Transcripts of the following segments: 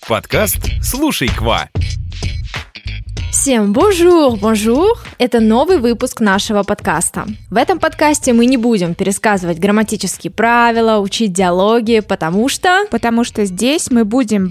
Подкаст «Слушай, Ква». Всем bonjour! Это новый выпуск нашего подкаста. В этом подкасте мы не будем пересказывать грамматические правила, учить диалоги, потому что здесь мы будем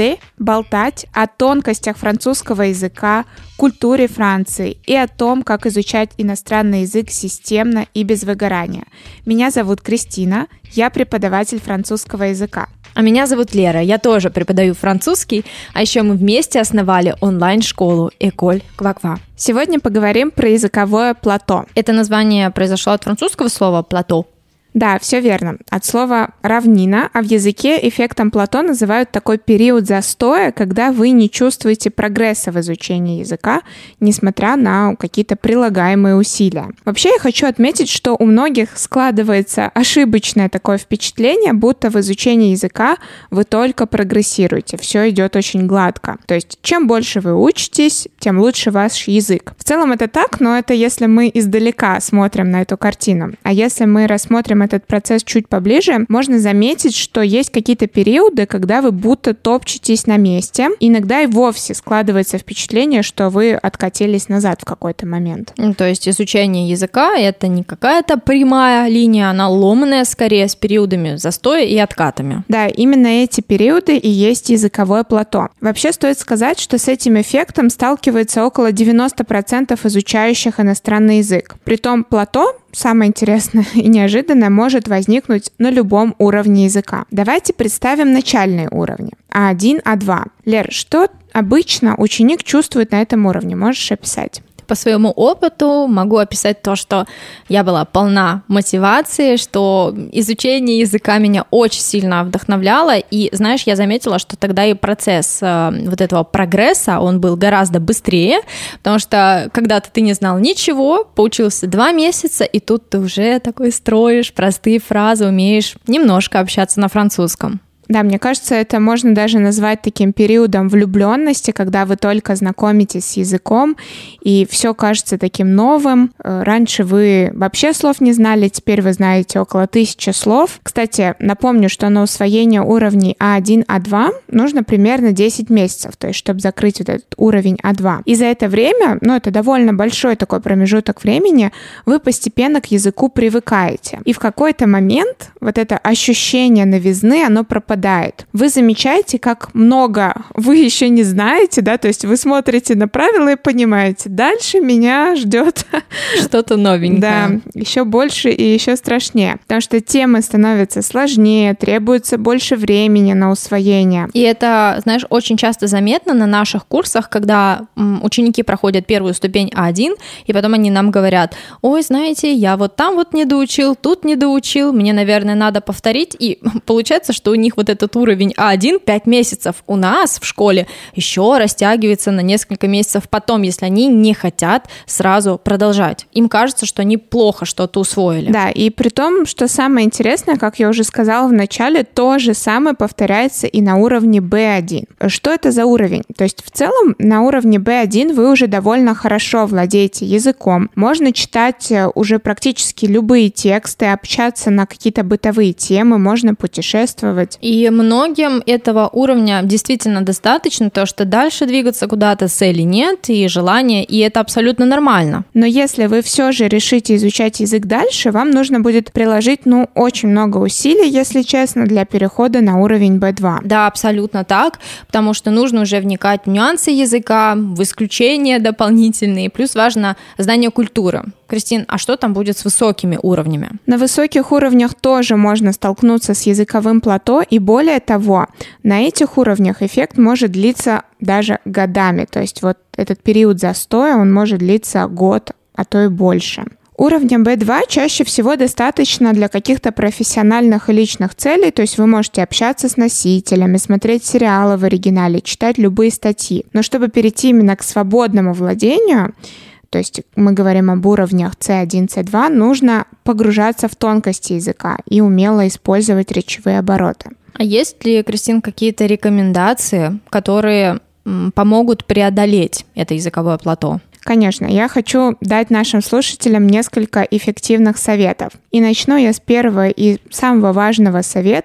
болтать о тонкостях французского языка, культуре Франции и о том, как изучать иностранный язык системно и без выгорания. Меня зовут Кристина, я преподаватель французского языка. А меня зовут Лера, я тоже преподаю французский, а еще мы вместе основали онлайн-школу École Kva. Сегодня поговорим про языковое плато. Это название произошло от французского слова «плато». Да, все верно. От слова «равнина», а в языке эффектом плато называют такой период застоя, когда вы не чувствуете прогресса в изучении языка, несмотря на какие-то прилагаемые усилия. Вообще, я хочу отметить, что у многих складывается ошибочное такое впечатление, будто в изучении языка вы только прогрессируете, все идет очень гладко. То есть, чем больше вы учитесь, тем лучше ваш язык. В целом это так, но это если мы издалека смотрим на эту картину. А если мы рассмотрим этот процесс чуть поближе, можно заметить, что есть какие-то периоды, когда вы будто топчетесь на месте. Иногда и вовсе складывается впечатление, что вы откатились назад в какой-то момент. То есть изучение языка — это не какая-то прямая линия, она ломаная скорее, с периодами застоя и откатами. Да, именно эти периоды и есть языковое плато. Вообще стоит сказать, что с этим эффектом сталкивается около 90% изучающих иностранный язык. Притом плато, самое интересное и неожиданное, может возникнуть на любом уровне языка. Давайте представим начальные уровни. А1, А2. Лер, что обычно ученик чувствует на этом уровне? Можешь описать? По своему опыту могу описать то, что я была полна мотивации, что изучение языка меня очень сильно вдохновляло, и, знаешь, я заметила, что тогда и процесс вот этого прогресса, он был гораздо быстрее, потому что когда-то ты не знал ничего, поучился 2 месяца, и тут ты уже такой строишь простые фразы, умеешь немножко общаться на французском. Да, мне кажется, это можно даже назвать таким периодом влюбленности, когда вы только знакомитесь с языком, и все кажется таким новым. Раньше вы вообще слов не знали, теперь вы знаете около 1000 слов. Кстати, напомню, что на усвоение уровней А1, А2 нужно примерно 10 месяцев, то есть чтобы закрыть вот этот уровень А2. И за это время, это довольно большой такой промежуток времени, вы постепенно к языку привыкаете. И в какой-то момент вот это ощущение новизны, оно пропадает. Вы замечаете, как много вы еще не знаете, да, то есть вы смотрите на правила и понимаете, дальше меня ждет что-то новенькое. Да, еще больше и еще страшнее, потому что темы становятся сложнее, требуется больше времени на усвоение. И это, знаешь, очень часто заметно на наших курсах, когда ученики проходят первую ступень А1, и потом они нам говорят: ой, знаете, я вот там вот не доучил, тут не доучил, мне, наверное, надо повторить, и получается, что у них вот этот уровень А1 5 месяцев у нас в школе еще растягивается на несколько месяцев потом, если они не хотят сразу продолжать. Им кажется, что они плохо что-то усвоили. Да, и при том, что самое интересное, как я уже сказала в начале, то же самое повторяется и на уровне B1. Что это за уровень? То есть в целом на уровне B1 вы уже довольно хорошо владеете языком. Можно читать уже практически любые тексты, общаться на какие-то бытовые темы, можно путешествовать. И многим этого уровня действительно достаточно, то что дальше двигаться куда-то цели нет и желания, и это абсолютно нормально. Но если вы все же решите изучать язык дальше, вам нужно будет приложить, очень много усилий, если честно, для перехода на уровень B2. Да, абсолютно так, потому что нужно уже вникать в нюансы языка, в исключения дополнительные, плюс важно знание культуры. Кристин, а что там будет с высокими уровнями? На высоких уровнях тоже можно столкнуться с языковым плато, и более того, на этих уровнях эффект может длиться даже годами. То есть вот этот период застоя, он может длиться год, а то и больше. Уровня B2 чаще всего достаточно для каких-то профессиональных и личных целей, то есть вы можете общаться с носителями, смотреть сериалы в оригинале, читать любые статьи. Но чтобы перейти именно к свободному владению, то есть мы говорим об уровнях C1, C2, нужно погружаться в тонкости языка и умело использовать речевые обороты. А есть ли, Кристин, какие-то рекомендации, которые помогут преодолеть это языковое плато? Конечно, я хочу дать нашим слушателям несколько эффективных советов. И начну я с первого и самого важного совета.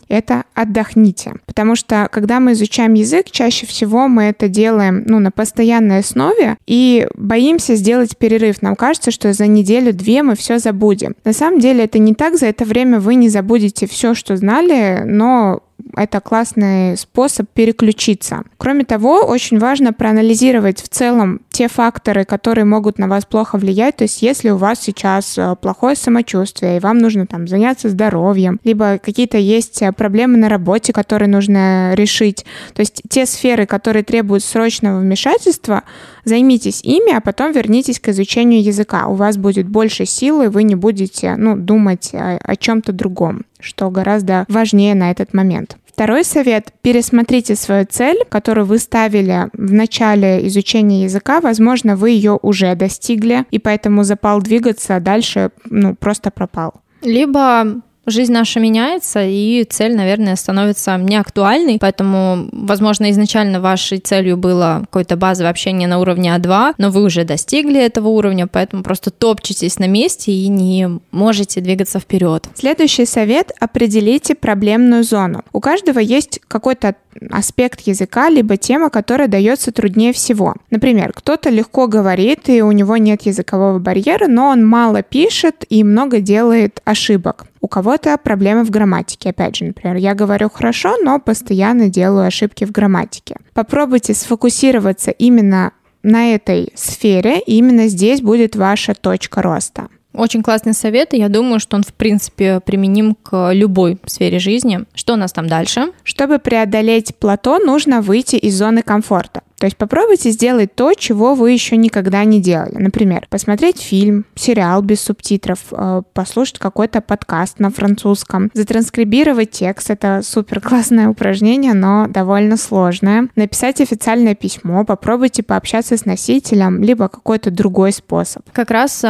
это отдохните. Потому что, когда мы изучаем язык, чаще всего мы это делаем на постоянной основе и боимся сделать перерыв. Нам кажется, что за неделю-две мы все забудем. На самом деле это не так. За это время вы не забудете все, что знали, но это классный способ переключиться. Кроме того, очень важно проанализировать в целом те факторы, которые могут на вас плохо влиять. То есть если у вас сейчас плохое самочувствие, и вам нужно заняться здоровьем, либо какие-то есть проблемы на работе, которые нужно решить. То есть те сферы, которые требуют срочного вмешательства, займитесь ими, а потом вернитесь к изучению языка. У вас будет больше силы, вы не будете думать о чем-то другом, что гораздо важнее на этот момент. Второй совет – пересмотрите свою цель, которую вы ставили в начале изучения языка. Возможно, вы ее уже достигли, и поэтому запал двигаться дальше просто пропал. Либо жизнь наша меняется, и цель, наверное, становится неактуальной, поэтому, возможно, изначально вашей целью было какое-то базовое общение на уровне А2, но вы уже достигли этого уровня, поэтому просто топчетесь на месте и не можете двигаться вперед. Следующий совет – определите проблемную зону. У каждого есть какой-то аспект языка, либо тема, которая дается труднее всего. Например, кто-то легко говорит, и у него нет языкового барьера, но он мало пишет и много делает ошибок. У кого-то проблемы в грамматике. Опять же, например, я говорю хорошо, но постоянно делаю ошибки в грамматике. Попробуйте сфокусироваться именно на этой сфере, и именно здесь будет ваша точка роста. Очень классный совет, и я думаю, что он, в принципе, применим к любой сфере жизни. Что у нас там дальше? Чтобы преодолеть плато, нужно выйти из зоны комфорта. То есть попробуйте сделать то, чего вы еще никогда не делали. Например, посмотреть фильм, сериал без субтитров, послушать какой-то подкаст на французском, затранскрибировать текст. Это супер классное упражнение, но довольно сложное. Написать официальное письмо, попробуйте пообщаться с носителем, либо какой-то другой способ. Как раз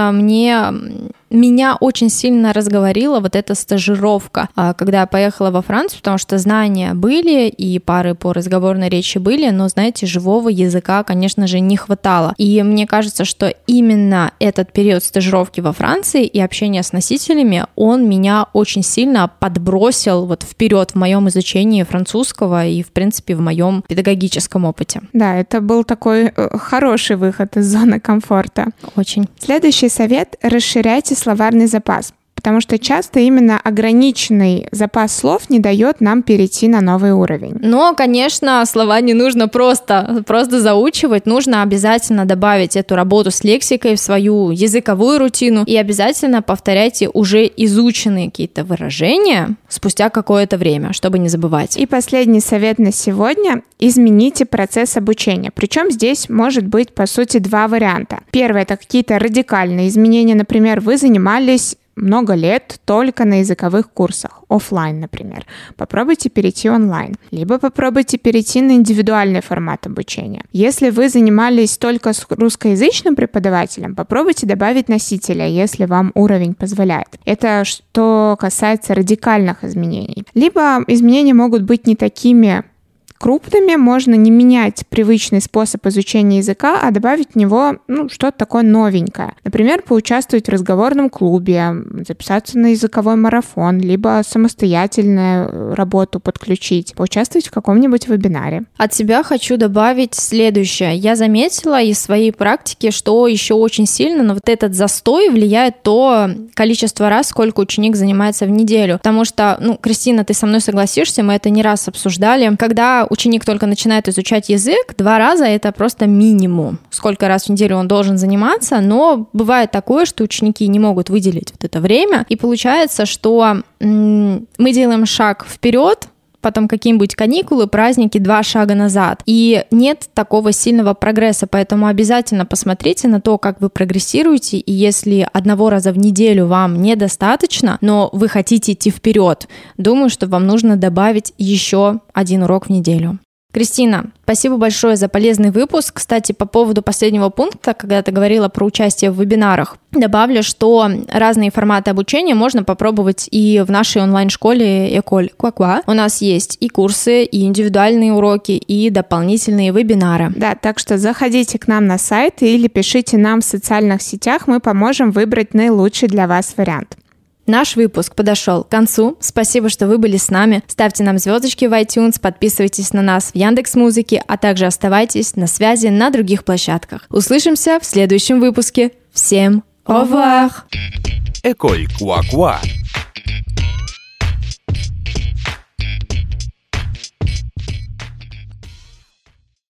меня очень сильно разговорила вот эта стажировка, когда я поехала во Францию, потому что знания были, и пары по разговорной речи были, но, знаете, живого языка, конечно же, не хватало. И мне кажется, что именно этот период стажировки во Франции и общения с носителями, он меня очень сильно подбросил вперед в моем изучении французского и, в принципе, в моем педагогическом опыте. Да, это был такой хороший выход из зоны комфорта. Очень. Следующий совет – расширяйте словарный запас. Потому что часто именно ограниченный запас слов не дает нам перейти на новый уровень. Но, конечно, слова не нужно просто заучивать, нужно обязательно добавить эту работу с лексикой в свою языковую рутину и обязательно повторяйте уже изученные какие-то выражения спустя какое-то время, чтобы не забывать. И последний совет на сегодня – измените процесс обучения. Причем здесь может быть, по сути, два варианта. Первый – это какие-то радикальные изменения. Например, вы занимались много лет только на языковых курсах, офлайн, например. Попробуйте перейти онлайн, либо попробуйте перейти на индивидуальный формат обучения. Если вы занимались только с русскоязычным преподавателем, попробуйте добавить носителя, если вам уровень позволяет. Это что касается радикальных изменений. Либо изменения могут быть не такими крупными, можно не менять привычный способ изучения языка, а добавить в него что-то такое новенькое. Например, поучаствовать в разговорном клубе, записаться на языковой марафон, либо самостоятельную работу подключить, поучаствовать в каком-нибудь вебинаре. От себя хочу добавить следующее. Я заметила из своей практики, что еще очень сильно на этот застой влияет то количество раз, сколько ученик занимается в неделю. Потому что, Кристина, ты со мной согласишься, мы это не раз обсуждали, когда ученик только начинает изучать язык, 2 раза это просто минимум. Сколько раз в неделю он должен заниматься, но бывает такое, что ученики не могут выделить это время, и получается, что мы делаем шаг вперед, потом какие-нибудь каникулы, праздники, 2 шага назад. И нет такого сильного прогресса, поэтому обязательно посмотрите на то, как вы прогрессируете, и если 1 раза в неделю вам недостаточно, но вы хотите идти вперед, думаю, что вам нужно добавить еще 1 урок в неделю. Кристина, спасибо большое за полезный выпуск. Кстати, по поводу последнего пункта, когда ты говорила про участие в вебинарах, добавлю, что разные форматы обучения можно попробовать и в нашей онлайн-школе École Quoi. У нас есть и курсы, и индивидуальные уроки, и дополнительные вебинары. Да, так что заходите к нам на сайт или пишите нам в социальных сетях, мы поможем выбрать наилучший для вас вариант. Наш выпуск подошел к концу. Спасибо, что вы были с нами. Ставьте нам звездочки в iTunes, подписывайтесь на нас в Яндекс.Музыке, а также оставайтесь на связи на других площадках. Услышимся в следующем выпуске. Всем au revoir! École Quoi Quoi.